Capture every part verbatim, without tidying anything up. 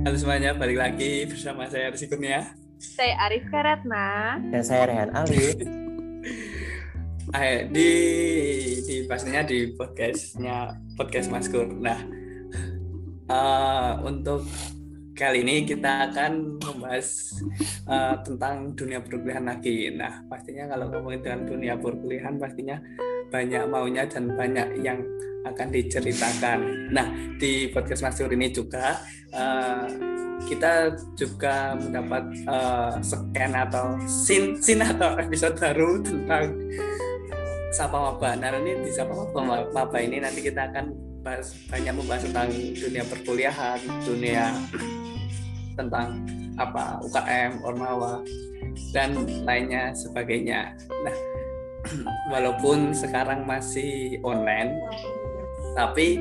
Halo semuanya, balik lagi bersama saya Rizky Kurnia. Saya Arif Karatna. Dan saya Rehan Ali. Ah, di di pastinya di podcastnya podcast Maskur. Nah, uh, untuk kali ini kita akan membahas uh, tentang dunia perkuliahan lagi. Nah, pastinya kalau ngomongin dengan dunia perkuliahan pastinya banyak maunya dan banyak yang akan diceritakan. Nah, di podcast Maskur ini juga uh, kita juga mendapat uh, scan atau scene, scene atau episode baru tentang Sapa Maba. Nah, ini di Sapa Maba, Maba ini nanti kita akan bahas, banyak membahas tentang dunia perkuliahan, dunia tentang apa U K M, Ormawa dan lainnya sebagainya. Nah, walaupun sekarang masih online, tapi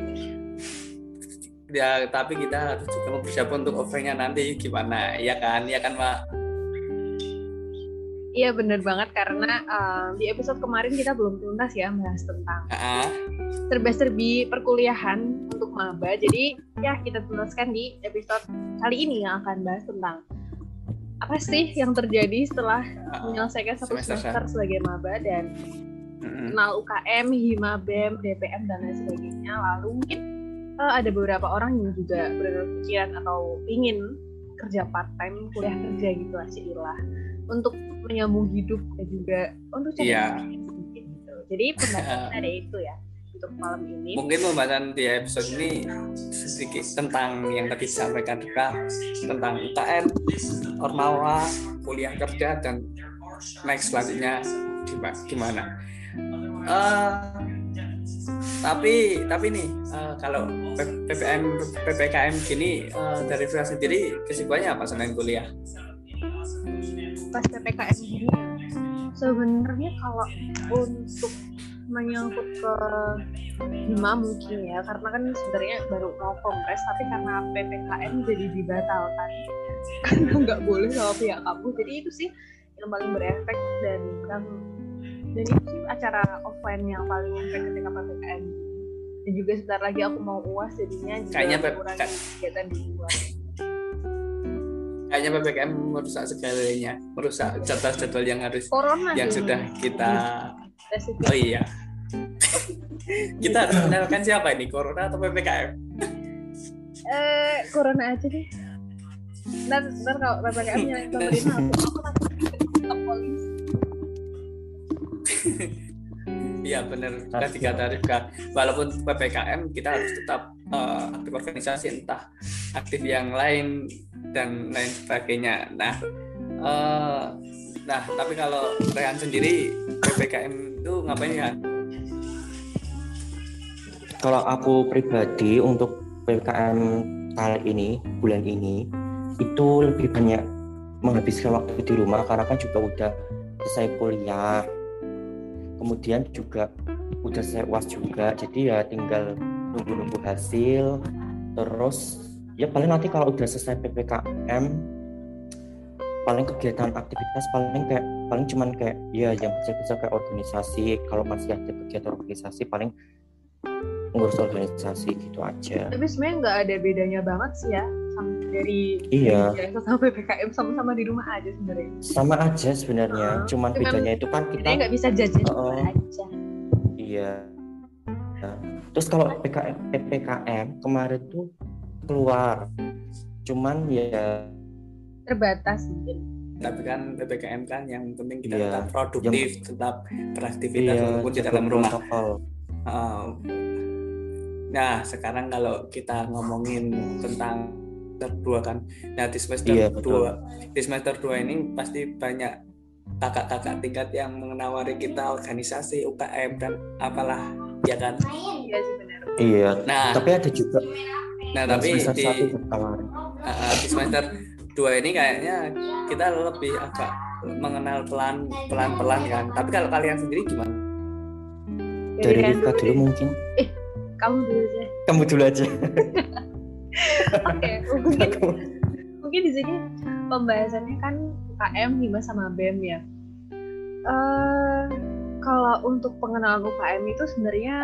ya tapi kita harus juga mempersiapkan untuk offline-nya nanti gimana, ya kan, ya kan Mbak? Iya benar banget karena uh, di episode kemarin kita belum tuntas ya bahas tentang uh-huh. serba-serbi perkuliahan untuk maba. Jadi ya kita tuntaskan di episode kali ini yang akan bahas tentang apa sih yang terjadi setelah uh, menyelesaikan satu semester, semester sebagai maba dan uh-huh. kenal U K M, Hima, B E M, D P M dan lain sebagainya. Lalu mungkin uh, ada beberapa orang yang juga berpikiran atau ingin kerja part time, kuliah kerja gitu lah istilah untuk menyambung hidup dan juga untuk cari yeah. gitu. Jadi pembahasan ada itu ya untuk malam ini. Mungkin pembahasan di episode ini sedikit tentang yang tadi disampaikan juga tentang U K M, Ormawa, kuliah kerja dan next selanjutnya gimana. Uh, tapi tapi nih uh, kalau P P M P P K M gini uh, dari Fira sendiri kesibukannya apa selain kuliah? Pas P P K M gini sebenarnya kalau untuk menyangkut ke Hima mungkin ya karena kan sebenarnya baru mau kongres tapi karena P P K M jadi dibatalkan karena nggak boleh sama pihak kampus, jadi itu sih yang paling berefek dan kan dan itu sih acara offline yang paling efek ketika P P K M dan juga sebentar lagi aku mau U A S jadinya juga kayaknya mengurangi kegiatan di luar. Kayaknya P P K M merusak segalanya, merusak jadwal-jadwal yang harus Corona yang sih. Sudah kita Resiko. Oh iya. Kita harus mengenalkan siapa ini, Corona atau P P K M? Eh, Corona aja deh. Ntar, ntar kalau P P K M nyalain pemerintah aku takut ke polisi. Iya benar, tadi kata Rifka. Walaupun P P K M kita harus tetap uh, aktif organisasi, entah aktif yang lain dan lain sebagainya. Nah, uh, nah tapi kalau Rehan sendiri P P K M itu ngapain ya? Kalau aku pribadi untuk P P K M kali ini, bulan ini itu lebih banyak menghabiskan waktu di rumah karena kan juga udah selesai kuliah. Kemudian juga udah selesai U A S juga, jadi ya tinggal nunggu-nunggu hasil. Terus ya paling nanti kalau udah selesai P P K M paling kegiatan aktivitas paling kayak paling cuman kayak ya yang kecil-kecil kayak organisasi. Kalau masih ada kegiatan organisasi paling ngurus organisasi gitu aja. Tapi sebenarnya nggak ada bedanya banget sih ya dari iya dari sama P P K M, sama-sama di rumah aja sebenarnya. Sama aja sebenarnya, uh, cuman bedanya itu kan kita nggak bisa jajan uh, aja. Iya. Nah, terus kalau P P K M kemarin tuh keluar, cuman ya terbatas mungkin. Tapi kan P P K M kan yang penting kita iya, tetap produktif, yang, tetap beraktivitas iya, walaupun di dalam rumah. Uh, nah sekarang kalau kita ngomongin tentang semester dua kan, nah di semester iya, dua di semester dua ini pasti banyak kakak-kakak tingkat yang menawari kita organisasi U K M dan apalah, ya kan? Iya sih benar. Iya. Nah, tapi ada juga. Nah, tapi di, uh, di semester dua ini kayaknya kita lebih agak mengenal pelan pelan-pelan kan. Tapi kalau kalian sendiri gimana? Dari Rifka dulu, dulu mungkin. Eh, kamu dulu aja. Kamu dulu aja. Oke, okay, mungkin, mungkin di sini pembahasannya kan U K M, Hima sama B E M ya. Uh, kalau untuk pengenalan U K M itu sebenarnya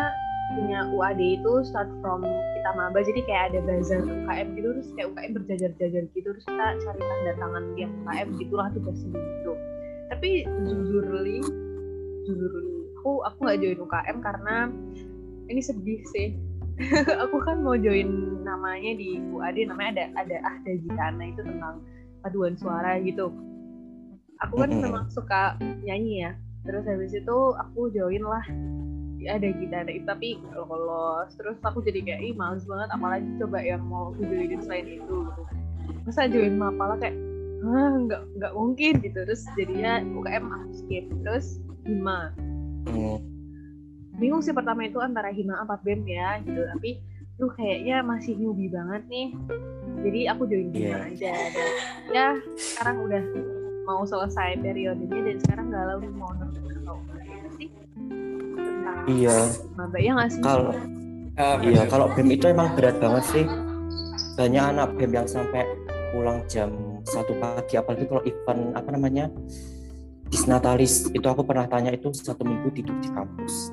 punya U A D itu start from kita maba, jadi kayak ada bazar U K M gitu, terus kayak U K M berjajar-jajar gitu, terus kita cari tanda tangan yang U K M gitulah tugasnya gitu. Tapi jujurly jujurly aku aku nggak join U K M karena ini sedih sih. Aku kan mau join namanya di U A D, namanya ada ada Ahda Gitana, itu tentang paduan suara gitu. Aku kan memang suka nyanyi ya, terus habis itu aku join lah ada Gitana itu, tapi kalau lolos terus aku jadi kayak ih males banget, apalagi coba yang mau aku joinin selain itu gitu. Masa join Mapala kayak ah nggak nggak mungkin gitu, terus jadinya U K M aku skip. Terus Hima hmm. bingung sih pertama itu antara Hima apa B E M ya gitu, tapi tuh kayaknya masih newbie banget nih, jadi aku join Hima yeah. aja. Dan ya sekarang udah mau selesai periodenya dan sekarang galau nih mau nonton atau enggak sih tentang iya maba ya nggak sih? Kalau uh, iya kalau B E M itu emang berat banget sih, banyak anak B E M yang sampai pulang jam satu pagi, apalagi kalau event apa namanya Disnatalis itu aku pernah tanya, itu satu minggu tidur di kampus.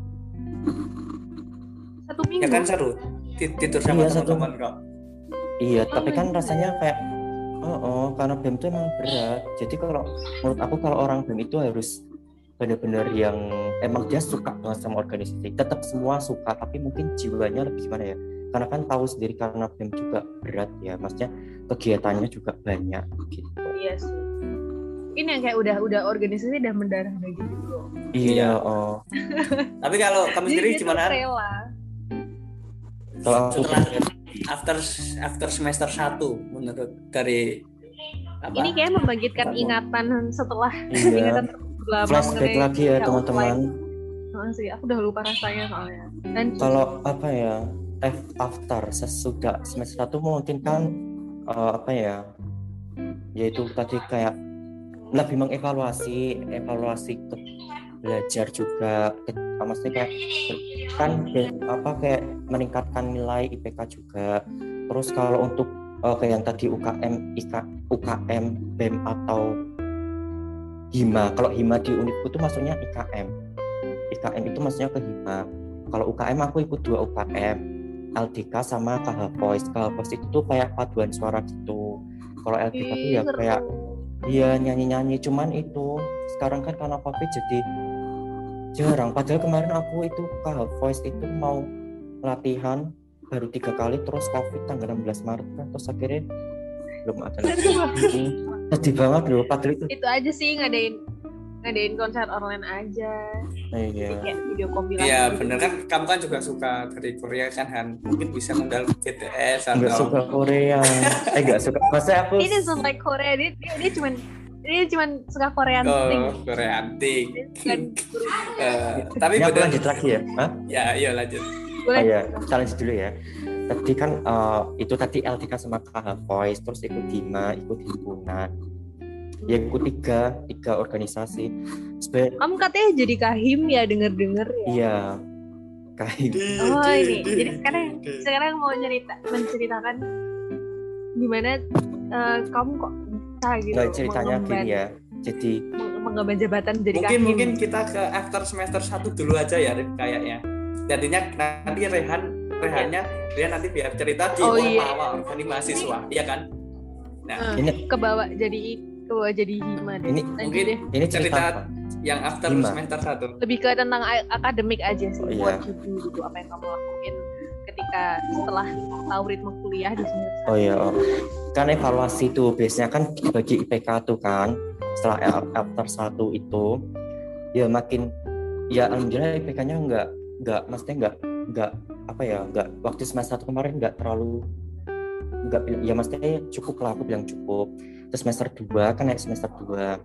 Satu minggu? Ya kan seru tidur sama iya, teman-teman kok. Iya oh, tapi kan iya. rasanya kayak oh, oh karena B E M itu emang berat. Jadi kalau menurut aku kalau orang B E M itu harus benar-benar yang emang dia suka banget sama organisasi. Tetap semua suka, tapi mungkin jiwanya lebih gimana ya, karena kan tahu sendiri karena B E M juga berat ya, maksudnya kegiatannya juga banyak gitu. Iya sih. Ini yang kayak udah udah organisasi udah mendarah daging gitu loh. Iya oh. Tapi kalau kamu sendiri gimana? Kalau setelah after after semester satu menurut dari apa? Ini kayak membangkitkan apa? Ingatan setelah iya. ingatan lama flashback lagi ya teman-teman. Oh, sih, aku udah lupa rasanya soalnya. Dan kalau apa ya, after sesudah semester satu mungkin kan uh, apa ya, yaitu tadi kayak lebih mengevaluasi evaluasi ke belajar juga, ke, maksudnya kayak kan apa kayak meningkatkan nilai I P K juga. Terus kalau untuk uh, kayak yang tadi U K M, I K, U K M, B E M atau Hima, kalau Hima di unitku itu maksudnya I K M. I K M itu maksudnya ke Hima. Kalau U K M aku ikut dua U K M, L D K sama K H Voice. K H Voice itu tuh kayak paduan suara gitu. Kalau L D K itu ya kayak iya nyanyi-nyanyi, cuman itu sekarang kan karena Covid jadi jarang. Padahal kemarin aku itu K H Voice itu mau latihan baru tiga kali, terus Covid tanggal enam belas Maret kan, terus akhirnya belum ada lagi. Sedih banget loh, padahal itu. Itu aja sih ngadain ngadain konser online aja. Iya. Kayak video kompilasi. Iya bener kan, kamu kan juga suka dari Korea kan Han, mungkin bisa modal B T S atau. Nggak suka Korea. eh nggak suka. Maksudnya aku. Ini doesn't like Korea, dia dia, dia cuman dia cuman suka Korean oh, thing. Korean thing. uh, tapi ya, bener. Lanjut lagi ya. Hah? Ya iya lanjut. Boleh. Oh ya, challenge dulu ya. Tadi kan uh, itu tadi L D K sama K H Voice, terus ikut Hima, ikut himpunan. Ya ikut tiga, tiga organisasi. Sebenarnya kamu katanya jadi kahim ya, denger-denger ya? Iya, kahim. Oh ini, jadi sekarang sekarang mau cerita menceritakan gimana uh, kamu kok bisa gitu? Nah, ceritanya gini ya, jadi mengemban jabatan jadi mungkin, kahim. Mungkin kita ke after semester satu dulu aja ya, kayaknya. Jadinya nanti Rehan, Rehannya dia nanti biar cerita di oh, iya. awal organisasi mahasiswa, iya kan? Nah, uh, ini kebawa jadi kebawa jadi Hima deh. Ini mungkin deh. Ini cerita apa? Yang after Hima. Semester satu. Lebih ke tentang akademik aja sih, oh, buat iya. gitu apa yang kamu lakuin ketika setelah tahu ritme kuliah di sini. Oh iya, oh. Kan evaluasi tuh biasanya kan dibagi I P K tuh kan. Setelah after satu itu ya makin ya alhamdulillah I P K-nya enggak enggak maksudnya enggak enggak apa ya, enggak waktu semester satu kemarin enggak terlalu enggak ya maksudnya cukup lah, aku bilang cukup. Terus semester dua kan naik semester dua.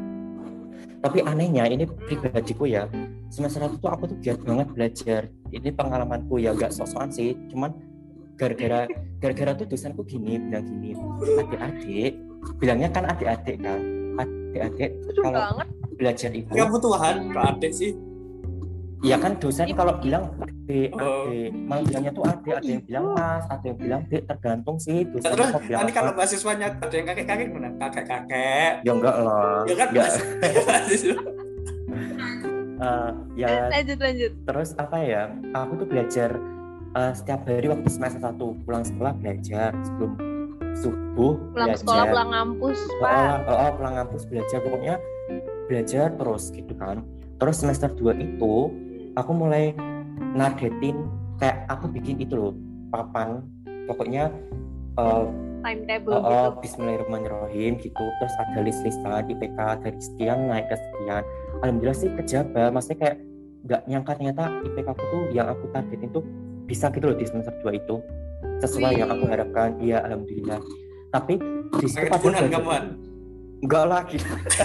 Tapi anehnya ini pribadiku ya, semester satu tuh aku tuh giat banget belajar. Ini pengalamanku ya, enggak sok-sokan sih, cuman gara-gara gara-gara tuh dosenku gini bilang gini, adik-adik, bilangnya kan adik-adik kan, adik-adik kalau banget belajar itu. Kamu tuhan ke adik sih. Iya kan dosen kalau bilang adik, adik, malah bilangnya tuh adik, ada yang bilang mas, ada yang bilang dek, tergantung sih dosen. Terus nanti kalau mahasiswanya ada yang kakek-kakek mana? Kakek-kakek. Ya enggak lah. Ya kan ya. uh, ya lanjut lanjut terus apa ya, aku tuh belajar uh, setiap hari waktu semester satu pulang sekolah belajar, sebelum subuh pulang belajar. sekolah pulang ngampus pak oh, oh, oh, pulang ngampus belajar, pokoknya belajar terus gitu kan. Terus semester dua itu aku mulai nadetin, kayak aku bikin itu loh papan, pokoknya uh, timetable uh, gitu. uh, Bismillahirrahmanirrahim gitu. Terus ada list-listan I P K dari sekian naik ke sekian. Alhamdulillah sih kejaba, maksudnya kayak nggak nyangka ternyata I P K aku tuh yang aku targetin tuh bisa gitu loh di semester dua itu, sesuai Wih. yang aku harapkan. Iya alhamdulillah. Tapi di situ pas enggak lagi.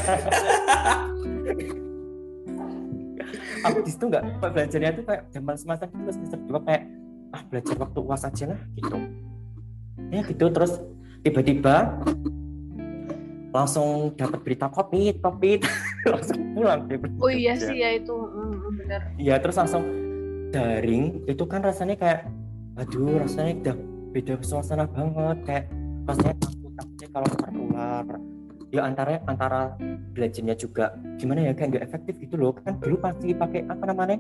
Aku di situ nggak belajarnya tuh kayak zaman semester itu semester dua kayak ah belajar waktu U A S aja lah gitu. Ya gitu, terus tiba-tiba langsung dapat berita covid covid langsung pulang deh. Oh iya sih ya itu mm, benar. Iya terus langsung daring, itu kan rasanya kayak aduh rasanya udah beda suasana banget, kayak rasanya takut takutnya kalau tertular. Ya antara antara belajarnya juga gimana ya, kayak nggak efektif gitu loh. Kan dulu pasti pakai apa namanya,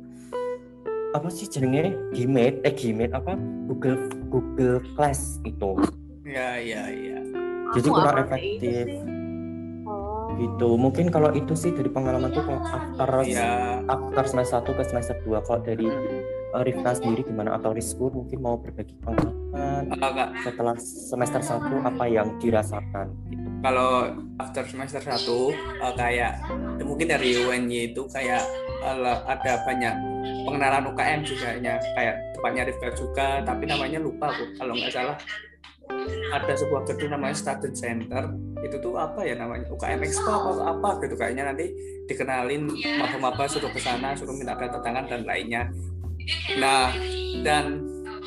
apa sih jenenge, Gmeet eh Gmeet apa Google Google Class itu. Ya ya ya. Jadi Aku kurang efektif. Oh. Gitu. Mungkin kalau itu sih dari pengalaman tuh after ya. after semester satu ke semester dua. Kalau dari uh, Rifka sendiri gimana, atau Rizkur mungkin mau berbagi pengalaman uh, setelah semester satu apa yang dirasakan gitu. Kalau after semester satu uh, kayak mungkin dari U N Y itu kayak uh, ada banyak pengenalan U K M juga ya, kayak tepatnya Rifka juga, tapi namanya lupa aku kalau nggak salah. Ada sebuah gedung namanya Student Center, itu tuh apa ya namanya, U K M Expo atau apa gitu, kayaknya nanti dikenalin maba-maba suruh ke sana, suruh minta tanda tangan dan lainnya. Nah dan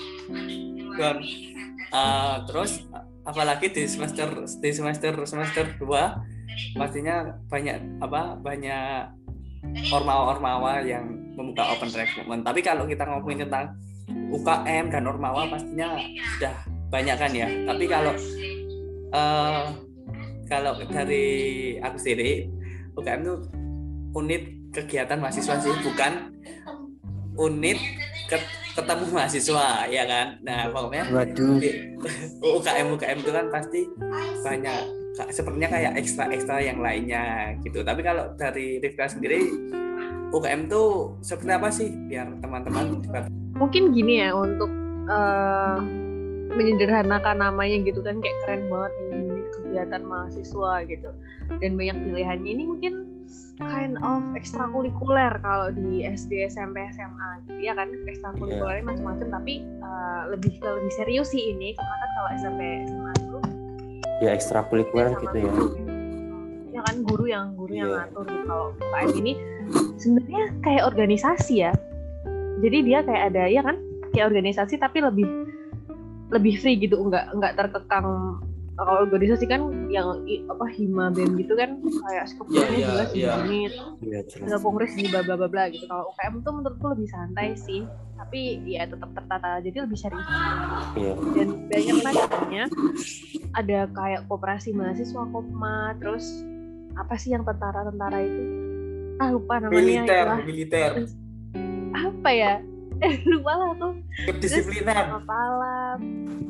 dan uh, terus apalagi di semester di semester semester dua pastinya banyak apa banyak ormawa-ormawa yang membuka open recruitment. Tapi kalau kita ngomongin tentang U K M dan ormawa pastinya sudah banyak kan ya. Tapi kalau uh, kalau dari aku sendiri, U K M itu unit kegiatan mahasiswa sih, bukan unit ketemu mahasiswa ya kan. Nah pokoknya waduh, U K M U K M itu kan pasti banyak sepertinya kayak ekstra-ekstra yang lainnya gitu. Tapi kalau dari Rifka sendiri, U K M itu seperti apa sih biar teman-teman juga... Mungkin gini ya, untuk uh, menyederhanakan namanya gitu kan, kayak keren banget ini kegiatan mahasiswa gitu dan banyak pilihannya. Ini mungkin kind of ekstrakurikuler kalau di S D, S M P, S M A gitu ya kan, ekstrakurikulernya yeah. macam-macam, tapi uh, lebih ke lebih serius sih ini, karena kan kalau S M P, S M A dulu ya ekstrakurikuler gitu ya. Ya kan guru yang guru yeah. yang ngatur gitu. Kalau U K M ini sebenarnya kayak organisasi ya. Jadi dia kayak ada ya kan, kayak organisasi tapi lebih lebih free gitu, enggak enggak terkekang. Kalau organisasi kan yang apa hima bem gitu kan kayak skopnya jelas unit, nggak kongres ini bla bla bla bla gitu. Kalau U K M tuh menurutku lebih santai sih, tapi ya tetap tertata, jadi lebih serius. Yeah. Dan banyak macamnya, ada kayak koperasi mahasiswa, Kopma, terus apa sih yang tentara-tentara itu? Ah lupa namanya. Militer, itulah. militer. Apa ya? Eh lupa lah tuh. Kedisiplinan. Apalah.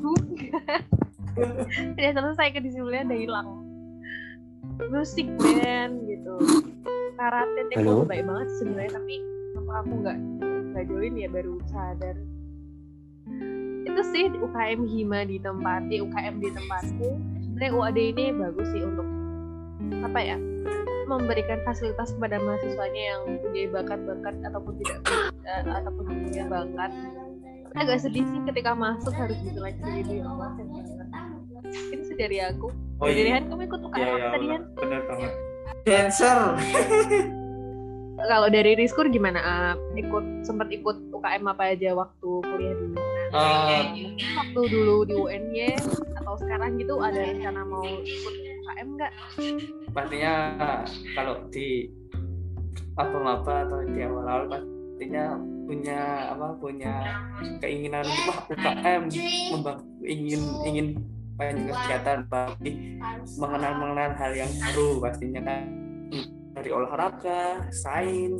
Udah selesai, kedisiplinan udah hilang. Musik band gitu, karate, taekwondo baik banget sebenarnya, tapi apa aku nggak nggak join ya, baru sadar. Itu sih U K M Hima di tempatnya, U K M di tempatku. Sebenarnya U A D ini bagus sih untuk apa ya, memberikan fasilitas kepada mahasiswanya yang punya bakat-bakat ataupun tidak uh, ataupun punya bakat. Agak sedih sih ketika masuk harus diseleksi gitu ya mas. Itu sih dari aku. Oh, dari Han, kamu ikut U K M apa tadi Han? Benar banget. Dancer. Kalau dari Rizkur gimana? Uh, ikut sempat ikut U K M apa aja waktu kuliah dulu? Uh, waktu dulu di U N Y atau sekarang gitu ada rencana mau ikut U K M nggak? Pastinya kalau di apa-apa atau di awal-awal pastinya punya apa punya keinginan untuk U K M, membang, ingin ingin banyak kegiatan, bagi mengenal mengenal hal yang baru pastinya kan, dari olahraga, sains,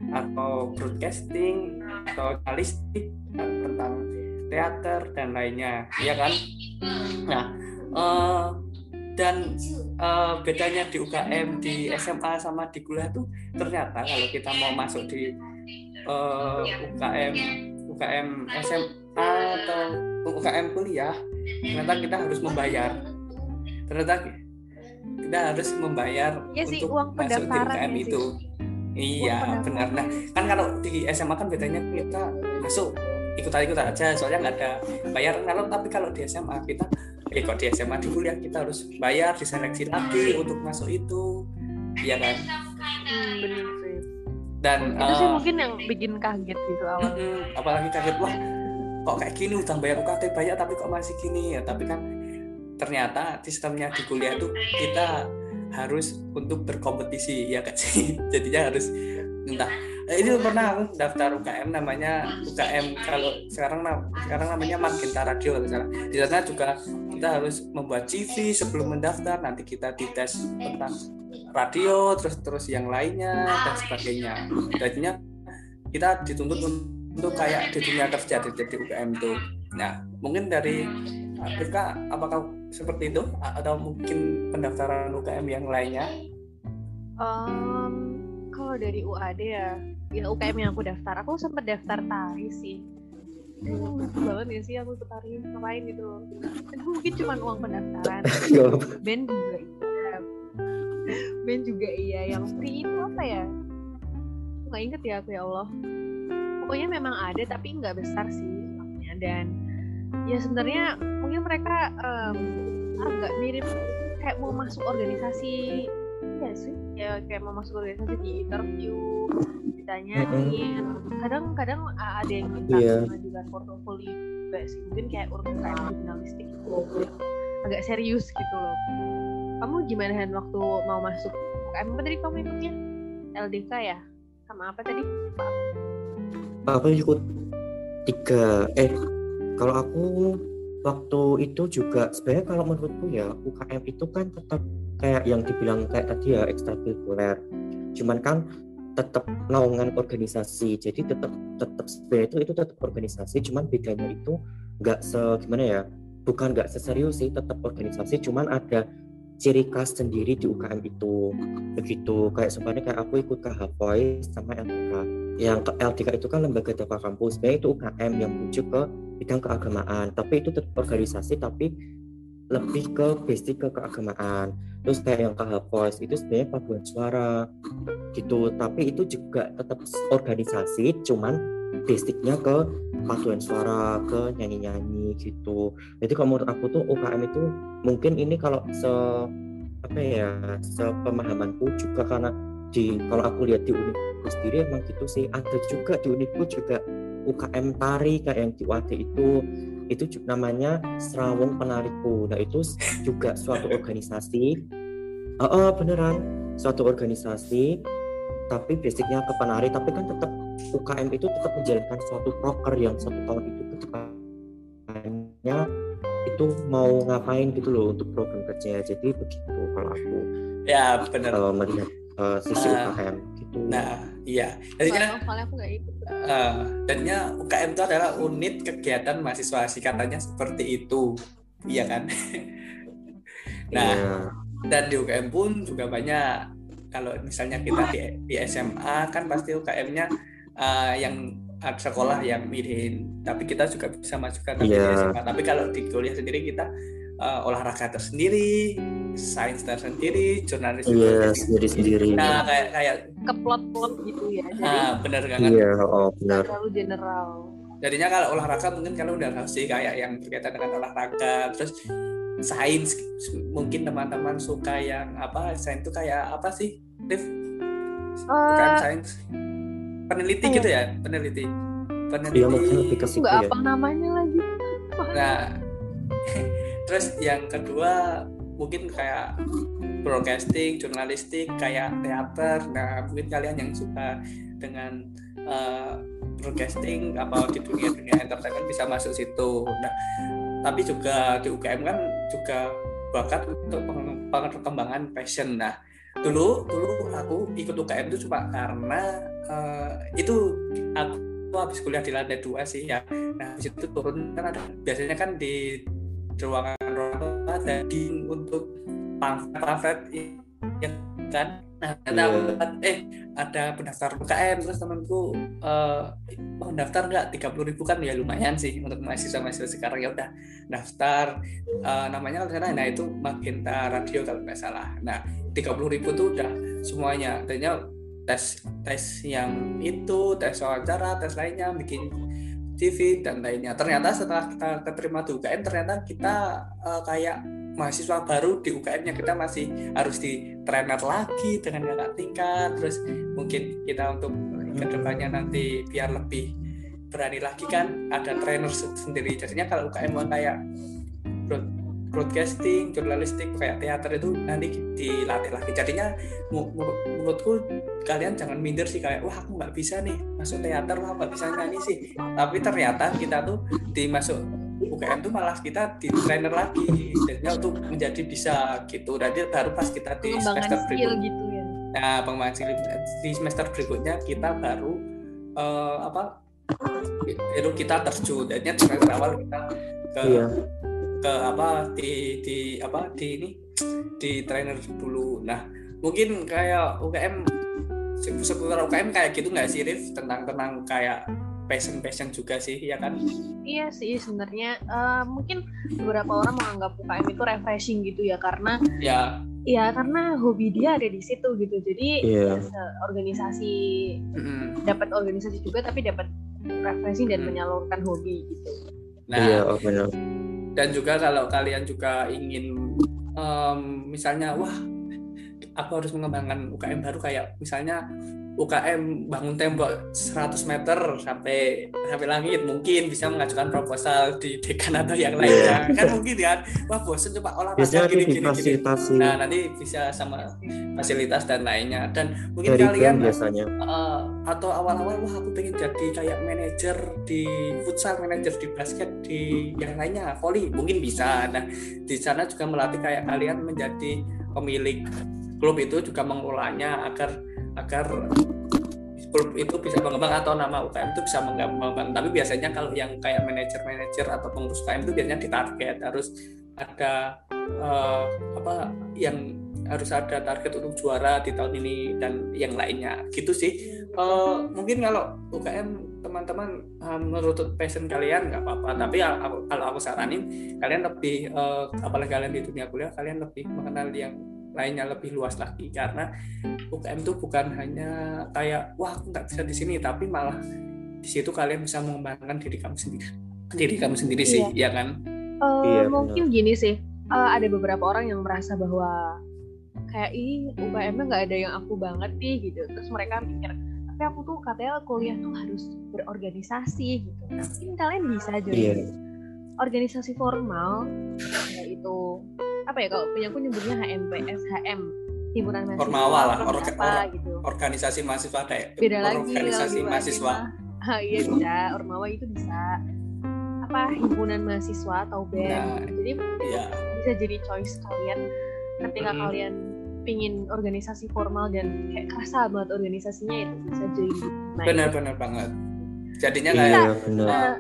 atau broadcasting atau jurnalistik tentang teater dan lainnya, ya kan? Nah, uh, dan uh, bedanya di U K M, di S M A sama di kuliah tuh ternyata kalau kita mau masuk di uh, U K M, U K M S M A atau U K M kuliah, ternyata kita harus membayar. Ternyata kita harus membayar ya sih, untuk uang masuk di U K M itu. Sih. Iya, benar. Nah, kan kalau di S M A kan bedanya kita masuk ikut-ikut aja, soalnya nggak ada bayar. Kalau tapi kalau di S M A kita, eh kok di S M A di kuliah kita harus bayar, diseleksi lagi untuk masuk itu, iya kan? Hmm, benar sih. Dan itu uh, sih mungkin yang bikin kaget gitu awal. Uh, apalagi kaget, wah kok kayak gini udah bayar U K T banyak tapi kok masih gini ya. Tapi kan ternyata sistemnya di kuliah tuh kita harus untuk berkompetisi, ya kan sih. Jadinya harus entah ini pernah aku daftar U K M namanya U K M kalau sekarang sekarang namanya Magenta Radio kalau salah. Di sana juga kita harus membuat C V sebelum mendaftar, nanti kita dites tentang radio terus terus yang lainnya dan sebagainya. Jadinya kita dituntut untuk kayak di dunia kerja di, di U K M itu. Nah, mungkin dari Rifka apakah seperti itu atau mungkin pendaftaran U K M yang lainnya? Um, kalau dari U A D ya, ya U K M yang aku daftar, aku sempat daftar tari sih. Oh, lucu banget ya sih aku ikut tari, ngapain gitu loh. Itu mungkin cuma uang pendaftaran. Band juga iya. Band juga iya, yang free itu apa ya? Aku nggak inget ya aku, ya Allah. Pokoknya memang ada tapi nggak besar sih uangnya. Dan ya sebenarnya mungkin mereka um, agak mirip kayak mau masuk organisasi, ya sih, ya kayak mau masuk organisasi, di interview, ditanyain, kadang-kadang ada yang minta yeah. mengajukan portofolio juga sih, mungkin kayak urusan jurnalistik gitu, agak serius gitu loh. Kamu gimana Han waktu mau masuk U K M? Apa tadi kamu ikutnya? L D K ya? Sama apa tadi? Aku ikut tiga, eh kalau aku waktu itu juga sebenarnya kalau menurutku ya U K M itu kan tetap kayak yang dibilang kayak tadi ya ekstrakurikuler, cuman kan tetap naungan organisasi, jadi tetap tetap sebenarnya itu itu tetap organisasi, cuman bedanya itu nggak se gimana ya, bukan nggak seserius sih, tetap organisasi, cuman ada ciri khas sendiri di U K M itu begitu. Kayak sebenarnya kayak aku ikut K H Voice sama L D K. Yang ke L D K itu kan lembaga dakwah kampus, sebenarnya itu U K M yang menuju ke bidang keagamaan, tapi itu tetap organisasi tapi lebih ke basic ke keagamaan. Terus kayak yang K H Voice itu sebenarnya paduan suara gitu, tapi itu juga tetap organisasi, cuman basicnya ke paduan suara, ke nyanyi-nyanyi gitu. Jadi kalau menurut aku tuh U K M itu mungkin ini kalau se apa ya, sepemahamanku juga, karena di kalau aku lihat di Univku sendiri emang gitu sih, ada juga di Univku juga U K M tari kayak yang di U A D itu itu namanya Serawung Penariku. Nah itu juga suatu organisasi, uh, uh, beneran suatu organisasi, tapi basicnya ke penari, tapi kan tetap U K M itu tetap menjalankan suatu proker yang satu tahun itu ke depannya itu mau ngapain gitu loh untuk program kerja. Jadi begitu kalau aku ya benar uh, melihat uh, sisi uh, U K M gitu. Nah iya, jadi kan soalnya aku nggak ikut. Uh, dannya U K M itu adalah unit kegiatan mahasiswa, singkatannya seperti itu, iya kan? Nah yeah. Dan di U K M pun juga banyak. Kalau misalnya kita di, di S M A kan pasti U K M-nya uh, yang sekolah yang milihin, tapi kita juga bisa masukkan yeah. di S M A. Tapi kalau di kuliah sendiri kita uh, olahraga tersendiri, sains tersendiri, jurnalis yeah, sendiri-sendiri. Nah kayak kayak keplot-plot gitu ya. Jadi nah, benar kan? Iya, yeah, oh benar. Terlalu general. Jadinya kalau olahraga mungkin kalau udah sih kayak yang berkaitan dengan olahraga, terus sains mungkin teman-teman suka yang apa, sains itu kayak apa sih, Dev? Bukan uh, sains, peneliti uh, gitu ya, peneliti, peneliti. Iya, mungkin lebih ke situ ya. Nggak apa namanya lagi. Nah, terus yang kedua mungkin kayak broadcasting, jurnalistik, kayak teater. Nah, mungkin kalian yang suka dengan uh, broadcasting apa di dunia-dunia entertainment bisa masuk situ. Nah, tapi juga di U K M kan juga bakat untuk pengembangan passion. Nah, dulu dulu aku ikut U K M itu cuma karena uh, itu aku habis kuliah di lantai dua sih ya. Nah habis itu turun kan ada biasanya kan di ruangan ruangan ada di untuk pamflet ya kan. Nah ternyata aku dapat eh ada pendaftar U K M, terus temanku uh, mau daftar nggak, tiga puluh ribu kan ya lumayan sih untuk mahasiswa-mahasiswa sekarang, ya udah daftar, uh, namanya kalau nah itu Magenta Radio kalau nggak salah. Nah tiga puluh ribu tuh udah semuanya, ternyata tes tes yang itu, tes wawancara, tes lainnya, bikin C V dan lainnya. Ternyata setelah kita keterima di U K M, ternyata kita uh, kayak mahasiswa baru di U K M-nya, kita masih harus di trainer lagi dengan kakak tingkat. Terus mungkin kita untuk kedepannya nanti biar lebih berani lagi kan ada trainer sendiri. Jadinya kalau U K M kayak broadcasting, jurnalistik, kayak teater itu nanti dilatih lagi. Jadinya menurutku kalian jangan minder sih kayak wah aku nggak bisa nih masuk teater, wah nggak bisa nyanyi sih. Tapi ternyata kita tuh dimasuk U K M tuh malah kita di trainer lagi, jadinya untuk menjadi bisa gitu. Jadi baru pas kita di semester berikutnya gitu ya. Nah, pengembangan skill di semester berikutnya kita baru uh, apa? Baru kita terjun. Jadinya semester awal kita ke iya. ke apa di di apa di ini di trainer dulu. Nah, mungkin kayak U K M seputar U K M kayak gitu nggak sih, Rif? Tentang tentang kayak passion-passion juga sih, ya kan? Iya sih sebenarnya uh, mungkin beberapa orang menganggap U K M itu refreshing gitu ya, karena ya ya karena hobi dia ada di situ gitu. Jadi yeah. ya, organisasi mm-hmm. dapat organisasi juga tapi dapat refreshing dan mm-hmm. menyalurkan hobi gitu. Nah, yeah, oh benar. Dan juga kalau kalian juga ingin um, misalnya wah aku harus mengembangkan U K M baru, kayak misalnya U K M bangun tembok seratus meter sampai sampai langit, mungkin bisa mengajukan proposal di dekan atau yang lainnya. Yeah. Kan mungkin ya, wah bosan coba olahraga gini-gini. Nah nanti bisa sama fasilitas dan lainnya. Dan mungkin dari kalian biasanya uh, atau awal-awal wah aku pengen jadi kayak manajer di futsal, manajer di basket, di yang lainnya, volley, mungkin bisa. Nah di sana juga melatih kayak kalian menjadi pemilik klub itu, juga mengelolanya agar agar klub itu bisa mengembang atau nama U K M itu bisa mengembang. Tapi biasanya kalau yang kayak manajer-manajer atau pengurus U K M itu biasanya ditarget, harus ada uh, apa yang harus ada target untuk juara di tahun ini dan yang lainnya gitu sih. Uh, mungkin kalau U K M teman-teman uh, menurut passion kalian nggak apa-apa, tapi aku, kalau aku saranin kalian lebih uh, apalagi kalian di dunia kuliah, kalian lebih mengenal yang lainnya lebih luas lagi, karena U K M itu bukan hanya kayak wah aku nggak bisa di sini, tapi malah di situ kalian bisa mengembangkan diri kamu sendiri, diri kamu sendiri sih, iya. ya kan? Uh, iya, mungkin benar. Gini sih, uh, ada beberapa orang yang merasa bahwa kayak ih U K M-nya nggak ada yang aku banget nih gitu, terus mereka mikir tapi aku tuh katanya kuliah tuh harus berorganisasi gitu. Nah, mungkin kalian bisa join yeah. organisasi formal, yaitu apa ya kalau punya aku nyebutnya H M P S, H M himpunan mahasiswa Formawa lah, or- or- gitu. Organisasi mahasiswa kayak beda lagi organisasi mahasiswa. Ah iya bisa, Ormawa itu bisa apa himpunan mahasiswa atau B E M. Nah, jadi iya. bisa jadi choice kalian ketika hmm. kalian pingin organisasi formal dan kayak kerasa banget organisasinya, itu bisa jadi. Nah, benar-benar banget. Jadinya kayak iya, benar. Uh,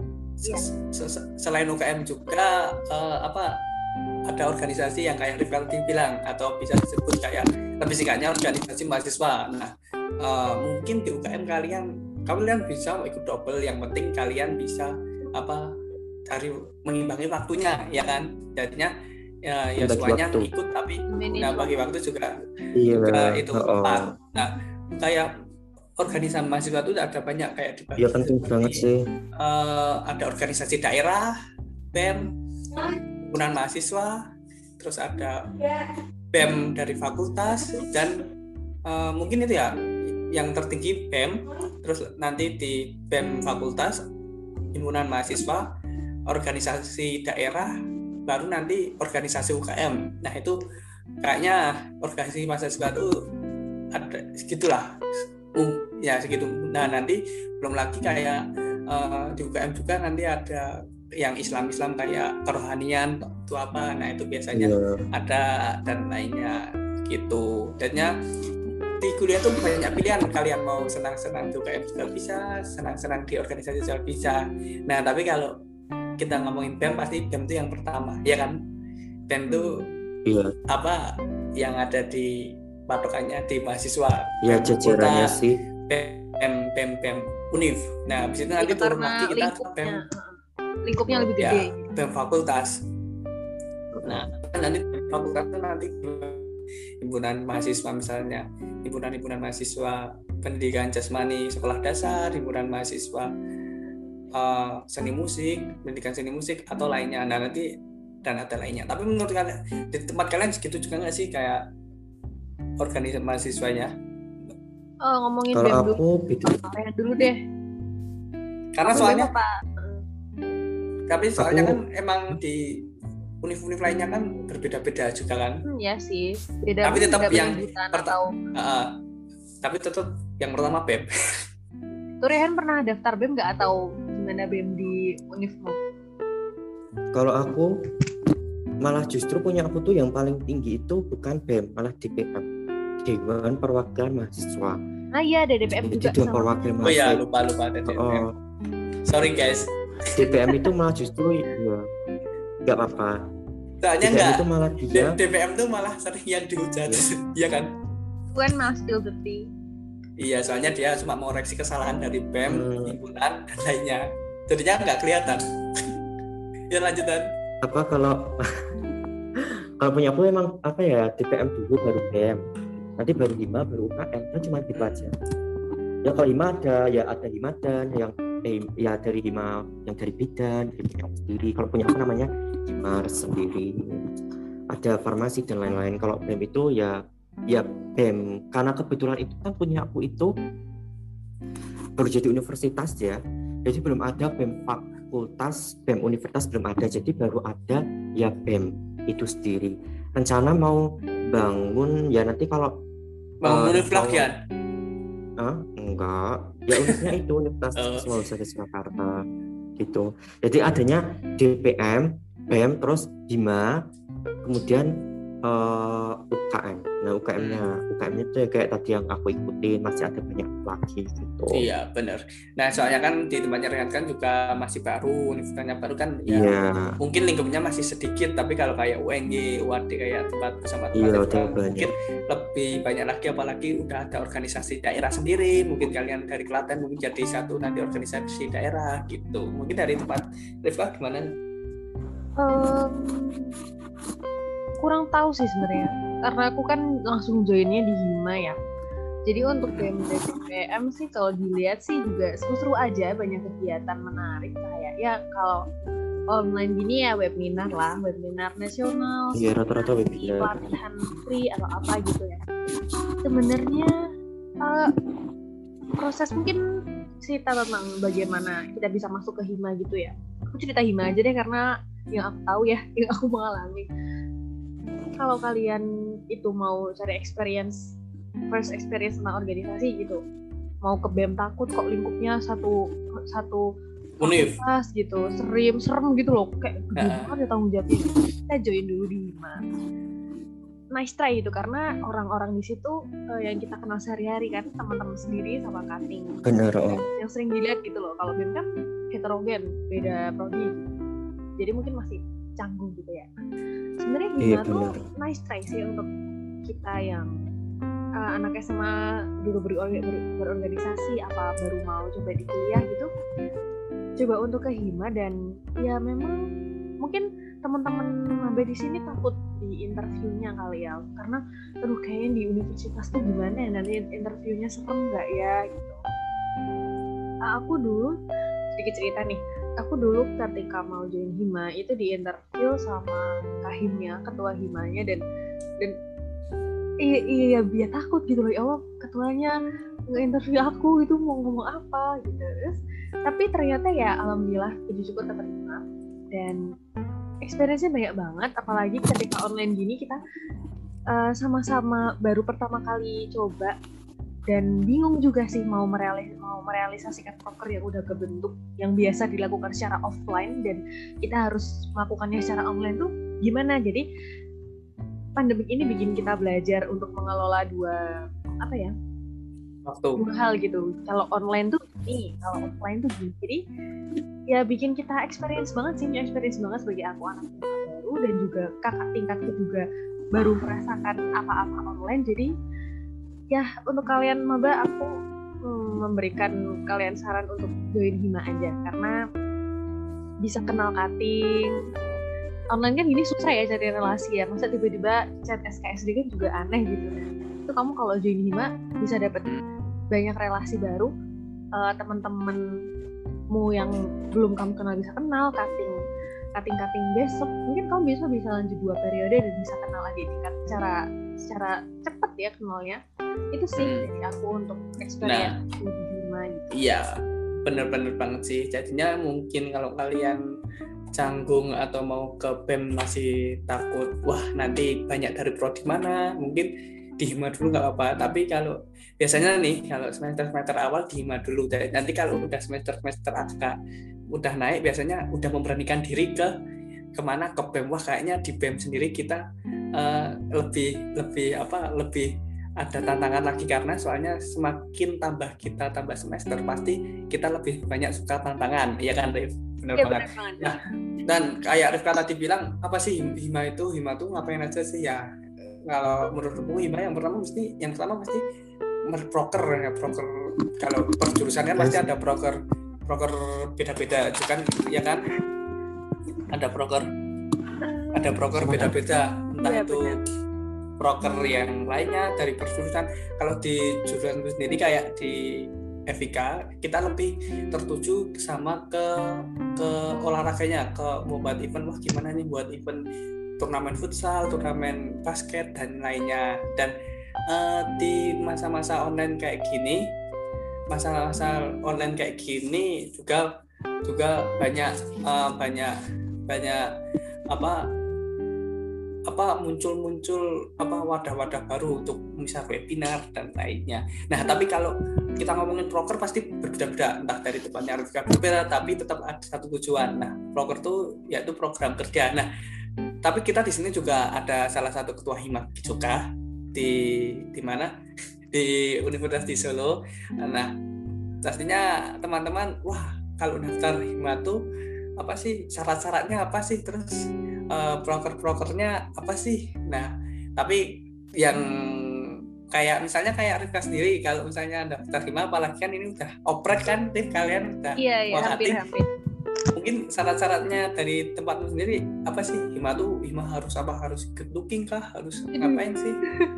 ya. Selain U K M juga uh, apa ada organisasi yang kayak Rifka bilang, atau bisa disebut kayak lebih singkatnya organisasi mahasiswa. Nah uh, mungkin di U K M kalian kalian bisa ikut double, yang penting kalian bisa apa cari mengimbangi waktunya, ya kan? Jadinya ya, ya semuanya ikut tapi nggak bagi waktu juga, iya, juga itu tepat. Oh. Nah kayak organisasi mahasiswa itu ada banyak kayak di ya penting banget sih. Uh, ada organisasi daerah, B E M, himpunan mahasiswa, terus ada B E M dari fakultas, dan uh, mungkin itu ya yang tertinggi B E M, terus nanti di B E M fakultas, himpunan mahasiswa, organisasi daerah, baru nanti organisasi U K M. Nah itu kayaknya organisasi mahasiswa itu ada segitulah, um, ya segitu. Nah nanti belum lagi kayak uh, di U K M juga nanti ada yang Islam-Islam kayak kerohanian itu apa, nah itu biasanya yeah. ada dan lainnya gitu. Jadinya di kuliah tuh banyak pilihan, kalian mau senang-senang di U K M juga bisa, senang-senang di organisasi juga bisa. Nah tapi kalau kita ngomongin B E M pasti B E M itu yang pertama, ya kan? B E M itu iya. apa yang ada di patokannya di mahasiswa. Ya jajarannya sih. B E M, B E M, B E M, Univ. Nah habis itu nanti turun lagi kita ke B E M. Lingkupnya lebih gede. Ya, B E M fakultas. Nah nanti fakultas itu nanti himpunan mahasiswa misalnya, himpunan-himpunan mahasiswa pendidikan jasmani sekolah dasar, himpunan mahasiswa uh, seni musik, pendidikan seni musik atau lainnya. Nah nanti dan ada lainnya. Tapi menurut kalian di tempat kalian segitu juga nggak sih kayak organisasi mahasiswanya? Oh, ngomongin kalau B E M aku dulu. beda. Kalian dulu deh. Karena Aku soalnya apa? Tapi soalnya Aku, kan emang di univ-univ lainnya kan berbeda-beda juga kan. Hmm, ya sih. Beda. Tapi tetap yang pertama. Uh, tapi tetap yang pertama B E M. Tuh Rehan pernah daftar B E M nggak atau gimana B E M di Univmu? Kalau aku malah justru punya aku tuh yang paling tinggi itu bukan B E M, malah D P M, Dewan Perwakilan Mahasiswa. Ah iya ada D P M Jadi juga. Dewan Perwakilan Oh ya Mahasiswa. lupa lupa ada D P M. Oh, Sorry guys. D P M itu malah justru ya nggak apa-apa. Soalnya D P M enggak. itu malah dia. D P M tuh malah sering yang dihujat, iya kan? Bukan malah spill the tea. Iya, soalnya dia cuma mau koreksi kesalahan dari B E M, Hmm. himpunan dan lainnya. Jadinya nggak kelihatan. Ya lanjutan. Apa kalau kalau punya aku emang apa ya D P M dulu baru B E M, nanti baru Hima baru U K M, kan cuma gitu aja. Ya kalau Hima ada ya ada Hima dan yang eh, ya dari Hima yang dari bidan, dari punya aku sendiri. Kalau punya aku namanya Hima sendiri. Ada farmasi dan lain-lain. Kalau B E M itu ya ya B E M karena kebetulan itu kan punya aku itu baru jadi universitas ya. Jadi belum ada B E M fakultas, B E M universitas belum ada. Jadi baru ada ya B E M itu sendiri. Rencana mau bangun ya nanti kalau Bangun uh, univ lagi kan? Ah, enggak. Ya univnya itu Universitas Islam Jakarta gitu. Jadi adanya D P M, B E M terus Hima, kemudian uh, U K M. Nah U K M-nya, U K M-nya itu ya kayak tadi yang aku ikutin, masih ada banyak lagi gitu. Iya benar. Nah soalnya kan di tempatnya Rehan kan juga masih baru, universitasnya baru kan ya. Yeah. Mungkin lingkupnya masih sedikit, tapi kalau kayak U N Y, U A D kayak tempat bersama tempat Iya, itu mungkin lebih banyak lagi, apalagi udah ada organisasi daerah sendiri. Mungkin kalian dari Klaten mungkin jadi satu nanti organisasi daerah gitu. Mungkin dari tempat Rifka gimana? Um, kurang tahu sih sebenarnya, karena aku kan langsung joinnya di Hima ya. Jadi untuk B E M dan D P M sih kalau dilihat sih juga seru-seru aja, banyak kegiatan menarik kayak ya kalau online gini ya webinar lah, webinar nasional, iya rata-rata webinar, pelatihan free atau apa gitu ya. Sebenarnya uh, proses mungkin cerita tentang bagaimana kita bisa masuk ke Hima gitu ya. Aku cerita Hima aja deh karena yang aku tahu ya, yang aku mengalami. Kalau kalian itu mau cari experience, first experience tentang organisasi gitu, mau ke B E M takut kok lingkupnya satu satu Univ gitu, serem serem gitu loh, kayak gede banget ya tanggung jawabnya. Kita join dulu di Hima. Nice try itu karena orang-orang di situ uh, yang kita kenal sehari-hari kan, teman-teman sendiri sama cutting. Bener oh. Yang sering dilihat gitu loh. Kalau B E M kan heterogen, beda prodi. Jadi mungkin masih canggung gitu ya. Sebenarnya Hima iya, tuh nice try sih untuk kita yang uh, anak S M A dulu ber- ber- berorganisasi apa baru mau coba di kuliah gitu. Coba untuk ke Hima dan ya memang mungkin teman-teman maba di sini takut di interviewnya kali ya, karena aduh kayaknya di universitas tuh gimana ya nanti interviewnya serem nggak ya gitu. Nah, aku dulu sedikit cerita nih, aku dulu ketika mau join Hima itu di interview sama kahimnya, ketua Himanya dan dan iya iya dia takut gitu loh, ya Allah ketuanya nge-interview aku itu mau ngomong apa gitu. Terus tapi ternyata ya alhamdulillah puji syukur keterima dan experience-nya banyak banget, apalagi ketika online gini kita uh, sama-sama baru pertama kali coba dan bingung juga sih mau merealis mau merealisasikan proker yang udah kebentuk yang biasa dilakukan secara offline dan kita harus melakukannya secara online tuh gimana. Jadi pandemik ini bikin kita belajar untuk mengelola dua apa ya waktu dua hal gitu. Kalau online tuh ini, kalau offline tuh gini. Jadi ya bikin kita experience banget sih, experience banget sebagai aku anak tingkat baru dan juga kakak tingkatku juga baru merasakan apa-apa online. Jadi ya untuk kalian maba aku hmm, memberikan kalian saran untuk join Hima aja karena bisa kenal cutting. Online kan gini susah ya cari relasi ya, masa tiba-tiba chat S K S D kan juga aneh gitu. Itu kamu kalau join Hima bisa dapet banyak relasi baru, uh, teman-temanmu yang belum kamu kenal bisa kenal, cutting cutting cutting besok mungkin kamu bisa bisa lanjut dua periode dan bisa kenal lagi tingkat secara secara cepat ya kenalnya. Itu sih hmm. dari aku untuk experience nah, di Hima gitu. Iya, bener-bener banget sih. Jadinya mungkin kalau kalian canggung atau mau ke B E M masih takut, wah nanti banyak dari prodi mana, mungkin di Hima dulu nggak apa-apa. Tapi kalau biasanya nih kalau semester-semester awal di Hima dulu, nanti kalau udah semester-semester agak udah naik biasanya udah memberanikan diri ke kemana, ke B E M. Wah kayaknya di B E M sendiri kita uh, lebih lebih apa lebih ada tantangan lagi karena soalnya semakin tambah kita tambah semester pasti kita lebih banyak suka tantangan, ya kan Rif? Benar ya, banget. Nah, dan kayak Rifka tadi bilang, apa sih Hima itu? Hima tuh ngapain aja sih ya? Kalau menurutku Hima yang pertama mesti, yang pertama pasti proker ya, proker. Kalau perjurusan kan pasti ada proker, proker beda-beda, kan? Ya kan? Ada proker, ada proker beda-beda, entah ya, itu benar. Proker yang lainnya dari perjurusan. Kalau di jurusan itu sendiri kayak di F I K kita lebih tertuju sama ke ke olahraganya, ke mau buat event, wah gimana nih buat event turnamen futsal, turnamen basket dan lainnya. Dan uh, di masa-masa online kayak gini, masa-masa online kayak gini juga juga banyak uh, banyak banyak apa apa muncul-muncul apa wadah-wadah baru untuk misal webinar dan lainnya. Nah, tapi kalau kita ngomongin proker pasti berbeda-beda, entah dari tempatnya berbeda, tapi tetap ada satu tujuan. Nah, proker itu yaitu program kerja. Nah, tapi kita di sini juga ada salah satu ketua Hima juga di di mana? Di Universitas di Solo. Nah, pastinya teman-teman, wah, kalau daftar Hima tuh apa sih syarat-syaratnya apa sih, terus Uh, broker-brokernya apa sih? Nah, tapi yang kayak misalnya kayak Rifka sendiri, kalau misalnya daftar Hima, apalagi kan ini udah oprek kan, Rif, kalian udah iya, iya, hampir-hampir. Mungkin syarat-syaratnya dari tempatmu sendiri apa sih? Hima tuh Hima harus apa? Harus good looking kah? Harus ngapain sih?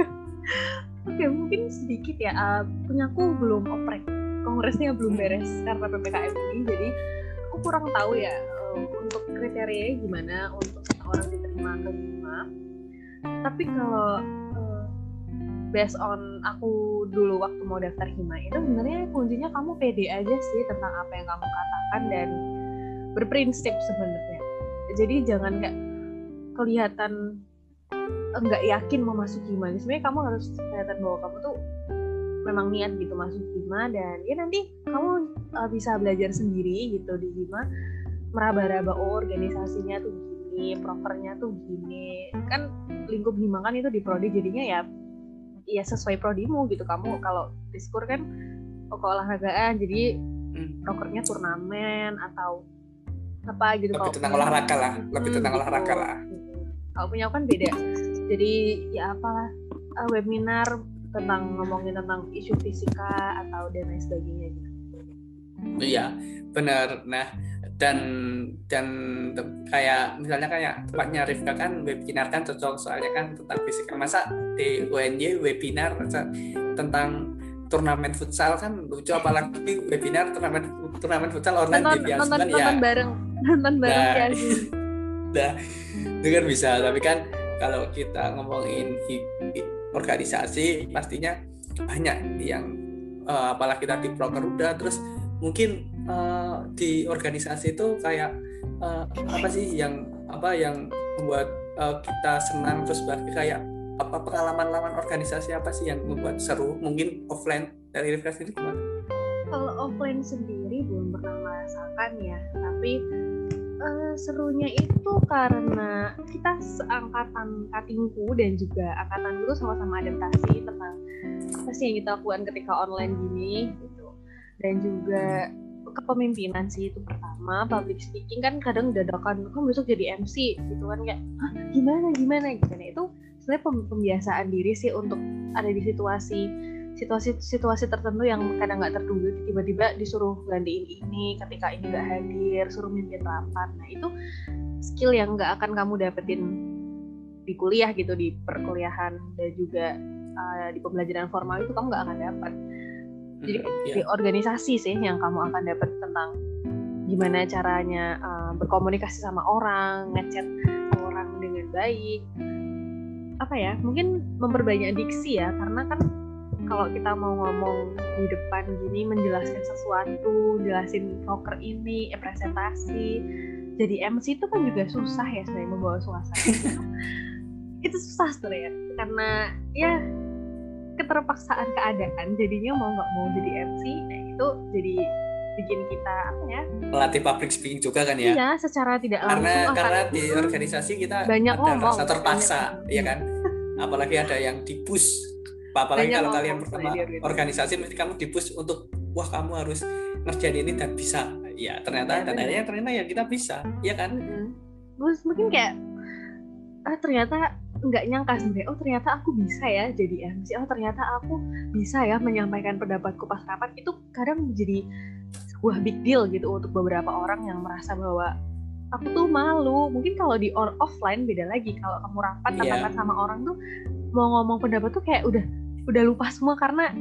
Oke, mungkin sedikit ya. Uh, punyaku belum oprek, kongresnya belum beres karena P P K M ini, jadi aku kurang tahu ya uh, untuk kriterianya gimana untuk orang diterima ke Hima. Tapi kalau uh, based on aku dulu waktu mau daftar Hima itu sebenarnya kuncinya kamu pede aja sih tentang apa yang kamu katakan dan berprinsip sebenarnya. Jadi jangan kayak kelihatan enggak yakin mau masuk Hima. Sebenarnya kamu harus kelihatan bahwa kamu tuh memang niat gitu masuk Hima, dan ya nanti kamu uh, bisa belajar sendiri gitu di Hima, meraba-raba oh organisasinya tuh gini, prokernya tuh gini. Kan lingkup Hima kan itu di prodi, jadinya ya ya sesuai prodimu gitu. Kamu kalau Diskur kan keolahragaan, jadi hmm. prokernya turnamen atau apa gitu. Lebih tentang olahraga lah, lebih hmm, tentang gitu. olahraga lah. Kalau punya kan beda. Jadi ya apalah uh, webinar tentang ngomongin tentang isu fisika atau dan lain sebagainya gitu. Iya, benar. Nah, dan dan kayak misalnya kayak tempatnya Rifka kan webinar kan cocok soalnya kan tentang fisika. Masa di U N Y webinar tentang turnamen futsal kan lucu, apalagi webinar turnamen turnamen futsal online nonton, di biasa nonton, kan nonton ya. bareng, nonton bareng nah, ya. Nah, itu kan bisa, tapi kan kalau kita ngomongin hi- hi- organisasi pastinya banyak yang uh, apalagi tadi proker udah, terus mungkin uh, di organisasi itu kayak uh, apa sih yang apa yang membuat uh, kita senang, terus berarti kayak apa pengalaman-pengalaman organisasi apa sih yang membuat seru, mungkin offline dari Rifka sendiri gimana? Kalau offline sendiri belum pernah merasakan ya, tapi uh, serunya itu karena kita seangkatan katingku dan juga angkatan itu sama-sama adaptasi tentang apa sih yang kita lakukan ketika online gini gitu. Dan juga kepemimpinan sih itu pertama. Public speaking kan kadang dadakan, kamu besok jadi M C gitu kan, kayak hah gimana gimana gimana. Itu sebenarnya pembiasaan diri sih untuk ada di situasi situasi situasi tertentu yang kadang nggak terduga, tiba-tiba disuruh gantiin ini ketika ini nggak hadir, suruh mimpin rapat. Nah itu skill yang nggak akan kamu dapetin di kuliah gitu, di perkuliahan dan juga uh, di pembelajaran formal itu kamu nggak akan dapat. Jadi hmm, yeah. di organisasi sih yang kamu akan dapat tentang gimana caranya uh, berkomunikasi sama orang, ngechat orang dengan baik. Apa ya, mungkin memperbanyak diksi ya, karena kan kalau kita mau ngomong di depan gini, menjelaskan sesuatu, jelasin proker ini, presentasi, jadi M C itu kan juga susah ya sebenarnya, membawa suasana. Itu susah sebenarnya, karena ya keterpaksaan keadaan, jadinya mau nggak mau jadi M C, nah itu jadi bikin kita apa ya? Pelatih public speaking juga kan ya? Iya, secara tidak langsung. Karena karena di organisasi kita banyak ada ngomong, rasa terpaksa, ya kan? Apalagi ada yang di-push. Apalagi banyak kalau kalian pertama organisasi mesti kamu di-push untuk wah kamu harus ngerjain ini dan bisa. Ya ternyata ya, dan akhirnya ternyata ya kita bisa, ya kan? Mm-hmm. Terus mungkin kayak ah ternyata nggak nyangka sebenarnya, oh ternyata aku bisa ya jadi M C, oh ternyata aku bisa ya menyampaikan pendapatku pas rapat. Itu kadang jadi sebuah big deal gitu untuk beberapa orang yang merasa bahwa aku tuh malu. Mungkin kalau di or offline beda lagi, kalau kamu rapat yeah. katakan sama orang tuh mau ngomong pendapat tuh kayak udah udah lupa semua karena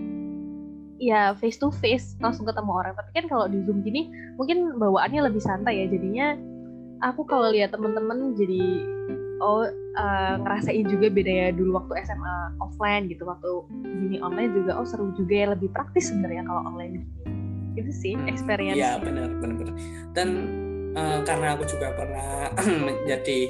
ya face to face langsung ketemu orang. Tapi kan kalau di Zoom gini mungkin bawaannya lebih santai ya, jadinya aku kalau lihat temen-temen jadi oh uh, ngerasain juga bedanya dulu waktu S M A offline gitu, waktu gini online juga oh seru juga ya, lebih praktis sebenarnya kalau online gini. Itu sih experience. Iya benar benar. Dan uh, karena aku juga pernah menjadi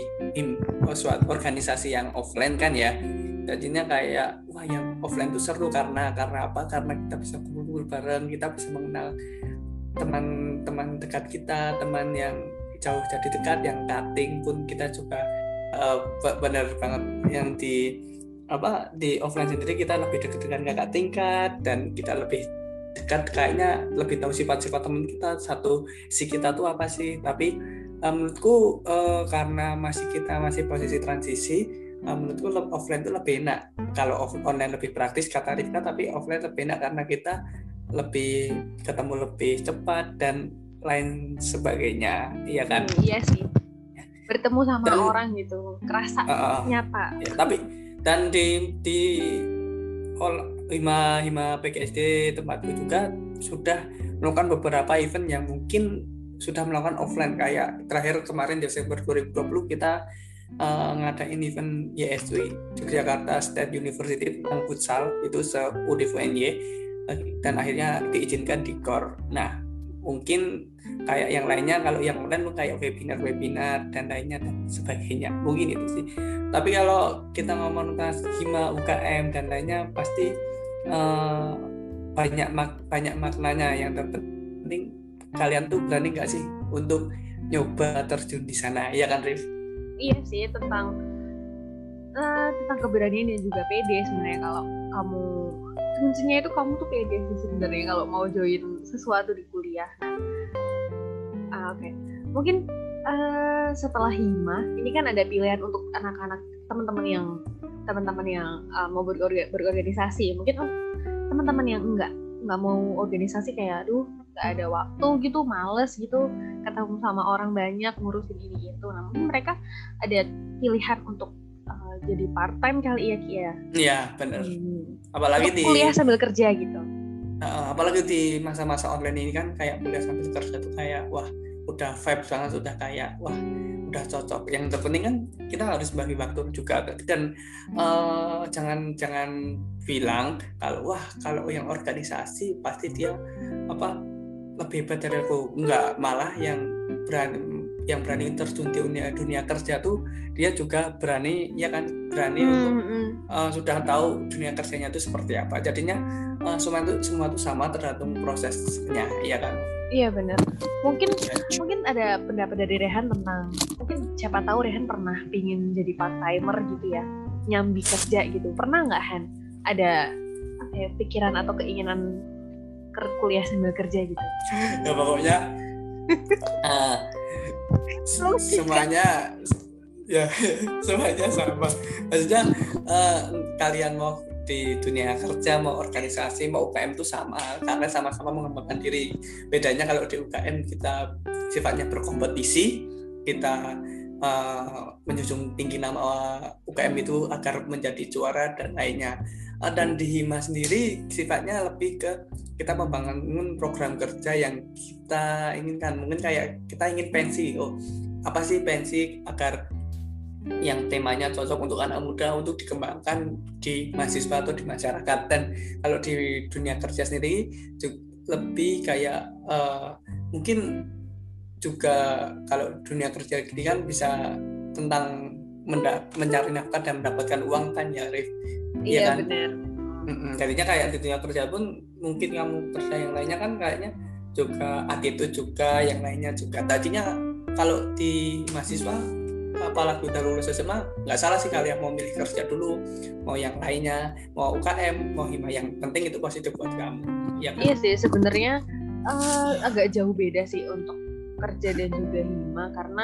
suatu organisasi yang offline kan ya, jadinya kayak wah yang offline itu seru karena karena apa? Karena kita bisa kumpul-kumpul bareng, kita bisa mengenal teman-teman dekat kita, teman yang jauh jadi dekat, yang cutting pun kita juga uh, benar banget. Yang di apa di offline sendiri kita lebih dekat dengan kakak tingkat dan kita lebih dekat, kayaknya lebih tahu sifat-sifat teman kita, satu si kita tuh apa sih. Tapi uh, menurutku uh, karena masih kita masih posisi transisi, uh, menurutku offline itu lebih enak. Kalau off- online lebih praktis kata Rifka, tapi offline lebih enak karena kita lebih ketemu lebih cepat dan lain sebagainya, iya kan? Hmm, iya sih, bertemu sama dan, orang gitu, kerasa uh, nyata. Ya, tapi dan di di Hima Hima P G S D tempatku juga sudah melakukan beberapa event yang mungkin sudah melakukan offline, kayak terakhir kemarin Desember dua ribu dua puluh kita uh, ngadain event Y S W Yogyakarta State University tentang futsal, itu se-U D F N Y dan akhirnya diizinkan di K O R. Nah mungkin kayak yang lainnya, kalau yang online kayak webinar-webinar dan lainnya dan sebagainya, mungkin itu sih. Tapi kalau kita ngomong tentang Hima, U K M dan lainnya pasti uh, banyak mak- banyak maknanya. Yang terpenting kalian tuh berani nggak sih untuk nyoba terjun di sana, ya kan Rif? Iya sih, tentang uh, tentang keberanian dan juga pede sebenarnya. Kalau kamu kuncinya itu kamu tuh pede sih sebenarnya kalau mau join sesuatu di kuliah. Ah, Oke, okay. Mungkin uh, setelah Hima ini kan ada pilihan untuk anak-anak teman-teman yang teman-teman yang uh, mau berorga, berorganisasi. Mungkin oh, teman-teman yang enggak enggak mau organisasi kayak aduh nggak ada waktu gitu, males gitu ketemu sama orang banyak, ngurusin ini itu. Nah mungkin mereka ada pilihan untuk uh, jadi part time kali ya Ki ya. Iya benar. Hmm. Apalagi di kuliah sambil kerja gitu. Uh, apalagi di masa-masa online ini kan kayak kuliah sambil kerja tuh kayak wah udah vibe banget, udah kayak wah udah cocok. Yang terpenting kan kita harus bagi waktu juga, dan uh, jangan jangan bilang kalau wah kalau yang organisasi pasti dia apa lebih hebat dari aku. Enggak, malah yang berani yang berani terjun di dunia, dunia kerja tuh dia juga berani ya kan berani hmm, untuk uh, sudah tahu dunia kerjanya itu seperti apa. Jadinya uh, semua itu semua itu sama tergantung prosesnya ya kan. Iya benar. Mungkin ya. mungkin ada pendapat dari Rehan tentang mungkin siapa tahu Rehan pernah pingin jadi part timer gitu ya, nyambi kerja gitu. Pernah nggak Han? Ada apa ya, pikiran atau keinginan kuliah sambil kerja gitu? Ya pokoknya uh, semuanya ya semuanya sama. Maksudnya uh, kalian mau di dunia kerja mau organisasi mau U K M itu sama karena sama-sama mengembangkan diri. Bedanya kalau di U K M kita sifatnya berkompetisi, kita uh, menjunjung tinggi nama U K M itu agar menjadi juara dan lainnya. Uh, dan di Hima sendiri sifatnya lebih ke kita membangun program kerja yang kita inginkan. Mungkin kayak kita ingin pensi, oh apa sih pensi agar yang temanya cocok untuk anak muda untuk dikembangkan di mahasiswa atau di masyarakat. Dan kalau di dunia kerja sendiri lebih kayak uh, mungkin juga kalau dunia kerja ini kan bisa tentang menda- mencari nafkah dan mendapatkan uang kan ya Rif. Iya kan? Benar. Mm-mm. Jadinya kayak di dunia kerja pun mungkin kamu kerja yang lainnya kan kayaknya juga attitude juga yang lainnya juga. Tadinya kalau di mahasiswa apalagi udah lulus S M A nggak salah sih kalian mau milih kerja dulu, mau yang lainnya, mau U K M, mau Hima, yang penting itu positif buat kamu ya kan? Iya sih sebenarnya uh, agak jauh beda sih untuk kerja dan juga Hima karena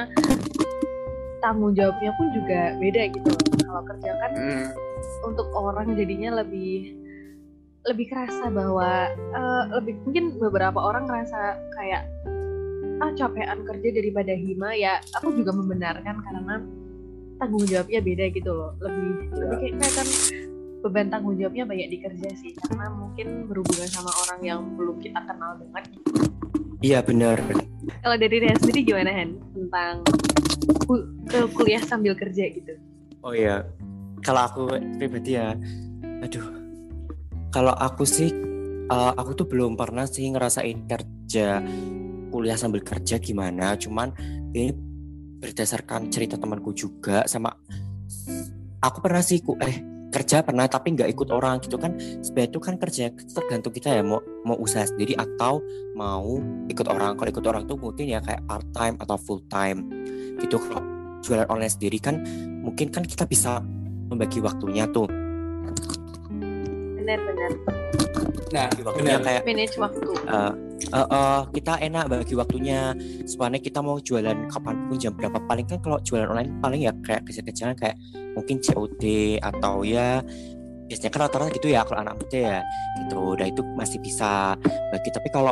tanggung jawabnya pun juga beda gitu. Kalau kerja kan hmm. untuk orang jadinya lebih lebih kerasa bahwa uh, lebih mungkin beberapa orang ngerasa kayak ah capean kerja daripada Hima, ya aku juga membenarkan karena tanggung jawabnya beda gitu loh, lebih ya. lebih kayak kan beban tanggung jawabnya banyak di kerja sih karena mungkin berhubungan sama orang yang belum kita kenal banget. Iya benar. Kalau dari Ria sendiri gimana Han tentang kul- kuliah sambil kerja gitu? Oh iya, kalau aku pribadi ya, aduh, kalau aku sih uh, aku tuh belum pernah sih ngerasain kerja kuliah sambil kerja gimana, cuman ini berdasarkan cerita temanku juga sama aku pernah sih ku, eh kerja pernah tapi nggak ikut orang gitu kan. Sebenarnya itu kan kerja tergantung kita ya, mau mau usaha sendiri atau mau ikut orang. Kalau ikut orang tuh mungkin ya kayak part time atau full time gitu. Kalau jualan online sendiri kan mungkin kan kita bisa membagi waktunya tuh. Benar-benar. Nah, waktunya kayak manage waktu. Uh, uh, uh, kita enak bagi waktunya. Sebenarnya kita mau jualan kapanpun jam berapa. Paling kan kalau jualan online paling ya kayak kecil-kecilan kayak mungkin C O D atau ya biasanya kan rata-rata gitu ya kalau anak muda ya gitu. Udah itu masih bisa bagi. Tapi kalau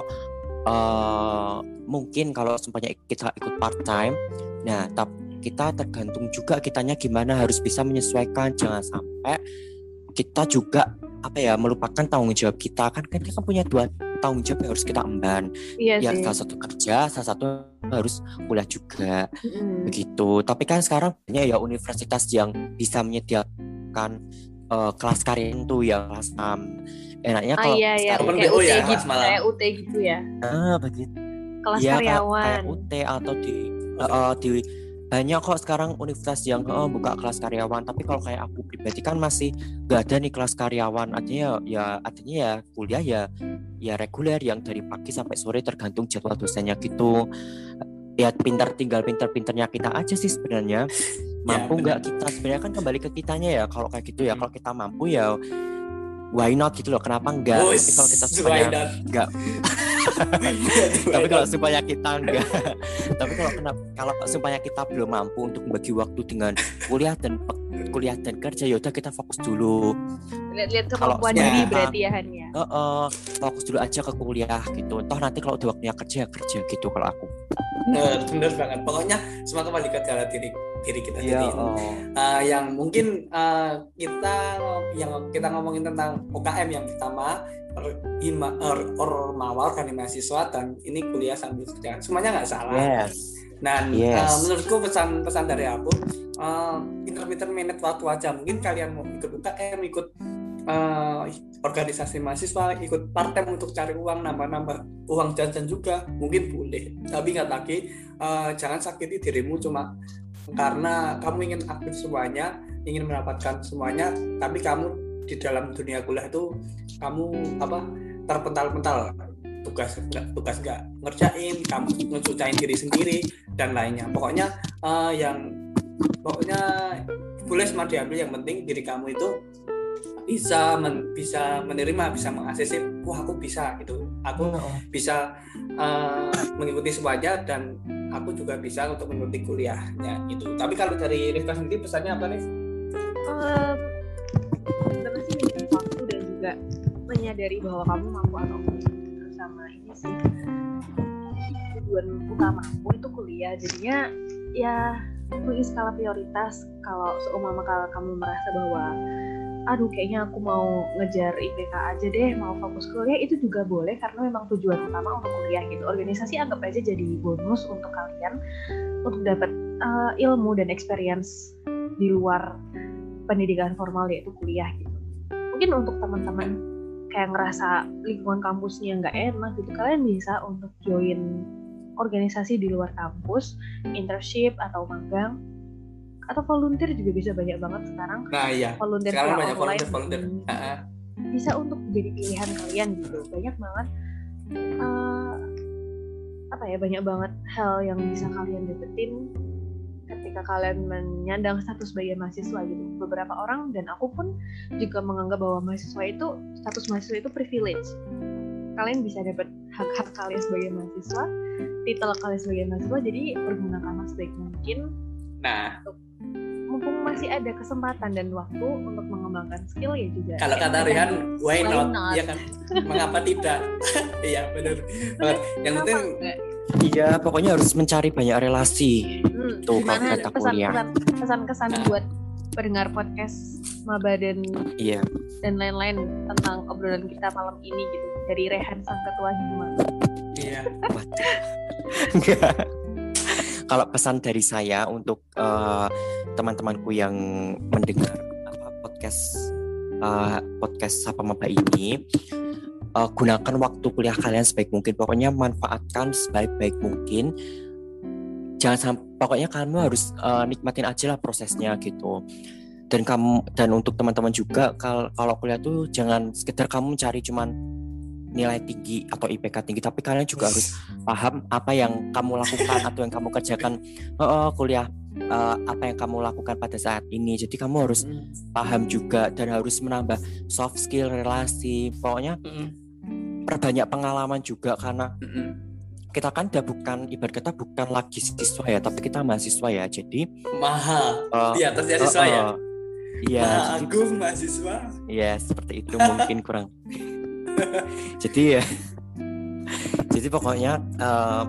uh, mungkin kalau sempatnya kita ikut part time, nah tapi kita tergantung juga kitanya gimana, harus bisa menyesuaikan. Jangan sampai kita juga apa ya melupakan tanggung jawab kita. Kan kan kita punya dua tanggung jawab yang harus kita emban. Iya ya sih. Salah satu kerja, salah satu harus kuliah juga. Mm. Begitu. Tapi kan sekarang banyak ya universitas yang bisa menyediakan uh, kelas karir tuh yang kelas enam. Enaknya kalau ah, iya, iya. sekarang kayak U T ya, gitu, kayak U T gitu ya. Ah, begitu. Kelas ya, karyawan. Kayak U T atau di uh, uh, di banyak kok sekarang universitas yang oh, buka kelas karyawan. Tapi kalau kayak aku pribadi kan masih gak ada nih kelas karyawan. Artinya ya artinya ya kuliah ya ya reguler yang dari pagi sampai sore tergantung jadwal dosennya gitu. Ya pintar tinggal pintar-pintarnya kita aja sih sebenarnya. Mampu nggak ya, kita sebenarnya kan kembali ke kitanya ya. Kalau kayak gitu ya, kalau kita mampu ya why not gitu loh, kenapa enggak? Oh, tapi kalau kita supaya enggak tapi kalau supaya kita enggak tapi kalau kenapa kalau supaya kita belum mampu untuk membagi waktu dengan kuliah dan kuliah dan kerja, ya udah kita fokus dulu, lihat-lihat kemampuan diri berarti ya Han ya. Uh, uh, fokus dulu aja ke kuliah gitu, toh nanti kalau udah waktunya kerja kerja gitu kalau aku. Bener, bener banget. Pokoknya semua kembali ke jalan diri diri kita ya, sendiri. Oh. Uh, yang mungkin uh, kita yang kita ngomongin tentang U K M yang pertama, Hima, or, ormawa kan mahasiswa, dan ini kuliah sambil kerja. Semuanya nggak salah. Yes. Dan yes. uh, menurutku pesan-pesan dari aku, uh, pinter-pinter manage waktu aja. Mungkin kalian mau ikut U K M, ikut uh, organisasi mahasiswa, ikut part-time untuk cari uang, nambah-nambah uang jajan juga mungkin boleh. Tapi ingat lagi, uh, jangan sakiti dirimu cuma karena kamu ingin aktif semuanya, ingin mendapatkan semuanya, tapi kamu di dalam dunia kuliah itu kamu apa terpental-pental, tugas nggak tugas nggak ngerjain, kamu ngecucain diri sendiri dan lainnya. Pokoknya uh, yang pokoknya boleh semua diambil, yang penting diri kamu itu bisa men, bisa menerima, bisa mengaksesi, wah aku bisa gitu, aku oh. bisa uh, mengikuti semuanya dan aku juga bisa untuk mengikuti kuliahnya gitu. Tapi kalau dari Rifka sendiri pesannya apa nih? Um, pertama sih menjadi waktu dan juga menyadari bahwa kamu mampu atau enggak. Sama ini sih tujuan utamamu itu kuliah, jadinya ya bagi skala prioritas. Kalau seumpama kalau kamu merasa bahwa aduh kayaknya aku mau ngejar I P K aja deh, mau fokus kuliah, itu juga boleh karena memang tujuan utama untuk kuliah gitu. Organisasi anggap aja jadi bonus untuk kalian untuk dapat uh, ilmu dan experience di luar pendidikan formal yaitu kuliah gitu. Mungkin untuk teman-teman kayak ngerasa lingkungan kampusnya nggak enak gitu, kalian bisa untuk join organisasi di luar kampus, internship atau magang atau volunteer juga bisa, banyak banget sekarang. Nah iya, volunteer sekarang banyak online volunteer, volunteer. Hmm, bisa untuk jadi pilihan kalian gitu. Banyak banget uh, apa ya banyak banget hal yang bisa kalian dapetin ketika kalian menyandang status sebagai mahasiswa gitu. Beberapa orang dan aku pun juga menganggap bahwa mahasiswa itu, status mahasiswa itu privilege. Kalian bisa dapat hak-hak kalian sebagai mahasiswa, titel kalian sebagai mahasiswa, jadi pergunakanlah sebaik mungkin. Nah, untuk, mumpung masih ada kesempatan dan waktu untuk mengembangkan skill ya juga. Kalau kata Rihan, why not? Iya kan? Mengapa tidak? Iya benar. Yang penting iya, pokoknya harus mencari banyak relasi. Hmm, Tuh gimana kata kuliah. Pesan-pesan nah. buat pendengar podcast Maba dan iya. dan lain-lain tentang obrolan kita malam ini gitu, dari Rehan sang ketua Hima. Iya. Enggak. Kalau pesan dari saya untuk uh, teman-temanku yang mendengar apa podcast uh, podcast Sapa Maba ini, uh, gunakan waktu kuliah kalian sebaik mungkin. Pokoknya manfaatkan sebaik-baik mungkin. Jangan sampai, pokoknya kamu harus uh, nikmatin aja lah prosesnya gitu. Dan kamu dan untuk teman-teman juga, kalau kalau kuliah tuh jangan sekedar kamu mencari cuman nilai tinggi atau I P K tinggi, tapi kalian juga harus paham apa yang kamu lakukan atau yang kamu kerjakan uh, kuliah, uh, apa yang kamu lakukan pada saat ini. Jadi kamu harus paham juga dan harus menambah soft skill, relasi, pokoknya perbanyak pengalaman juga, karena kita kan udah bukan, ibarat kata bukan lagi siswa ya, tapi kita mahasiswa ya. Jadi mahal uh, di atasnya siswa uh, uh, ya. Iya. Agung mahasiswa. Iya seperti itu mungkin kurang. Jadi ya, jadi pokoknya uh,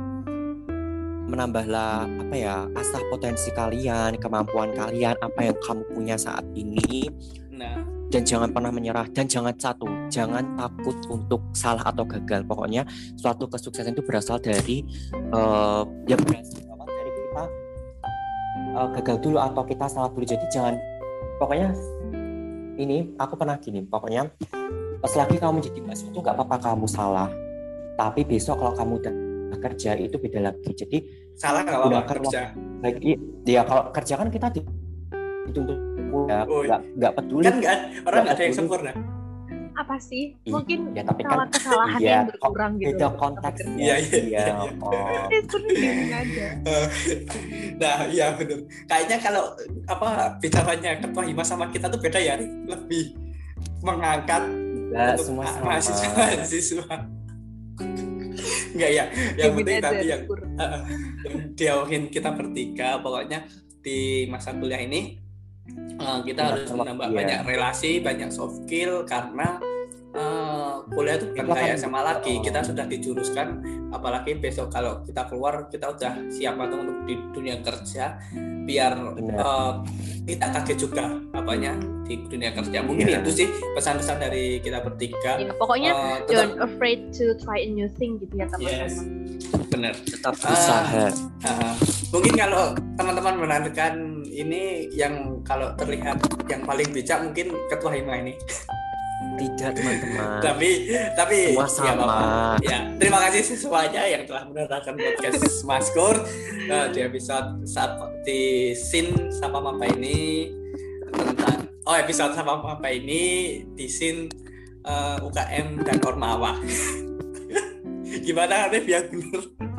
menambahlah apa ya, asah potensi kalian, kemampuan kalian, apa yang kamu punya saat ini. Nah, dan jangan pernah menyerah, dan jangan satu, jangan takut untuk salah atau gagal. Pokoknya suatu kesuksesan itu berasal dari uh, ya berasal dari kita uh, gagal dulu atau kita salah dulu. Jadi jangan, pokoknya ini aku pernah gini, pokoknya selagi kamu jadi mahasiswa itu nggak apa-apa kamu salah, tapi besok kalau kamu udah kerja itu beda lagi. Jadi salah nggak apa-apa kerja. Lagi ya kalau kerja kan kita dituntut ya, oh, nggak nggak peduli. Kan nggak, orang nggak ada yang sempurna. Apa sih? Mungkin ya, tapi kan kesalahan ya, yang berkurang gitu. Beda konteksnya. Iya iya. iya, iya. Oh. Nah iya benar. Kayaknya kalau apa bicaranya ketua Hima sama kita tuh beda ya, lebih mengangkat Nah, untuk semua mahasiswa mahasiswa enggak ya, yang penting tadi yang uh, diauhin kita bertiga. Pokoknya di masa kuliah ini uh, kita ya, harus menambah ya. banyak relasi, banyak soft skill, karena uh, kuliah itu bukan kayak S M A lagi. Kita sudah dijuruskan, apalagi besok kalau kita keluar kita udah siap atau untuk di dunia kerja, biar uh, tidak kaget juga apanya di dunia kerja. Mungkin yeah. itu sih pesan-pesan dari kita bertiga. Ya, pokoknya uh, tetap, don't afraid to try a new thing gitu ya teman-teman. Yes. Benar. Tetap berusaha. Uh, uh, mungkin kalau teman-teman menantikan ini, yang kalau terlihat yang paling bijak mungkin ketua Hima ini. Tidak teman-teman. Tapi tapi semua sama. Ya, ya, terima kasih semuanya yang telah mendengarkan podcast Maskur uh, di episode di scene Sapa Mapa ini tentang oh episode Sapa Mapa ini di scene uh, U K M dan Ormawa. Gimana Arif yang bener?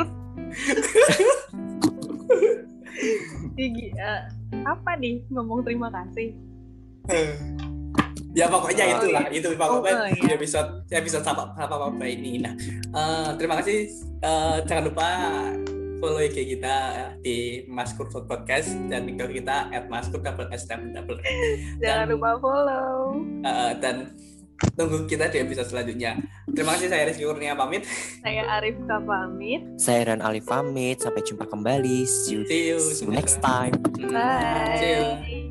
uh, apa nih ngomong terima kasih? Ya pokoknya oh, itulah iya. itu pokoknya oh, iya. episode episode Sapa Mapa ini. Nah, uh, terima kasih. Uh, jangan lupa follow I G kita di Maskur Podcast dan link kita at maskur double s double. Jangan lupa follow. Uh, dan tunggu kita di episode selanjutnya. Terima kasih, saya Rizky Kurnia pamit. Saya Arifka pamit. Saya Ran Alif pamit. Sampai jumpa kembali. See you, See you, see you next time. Bye. See you.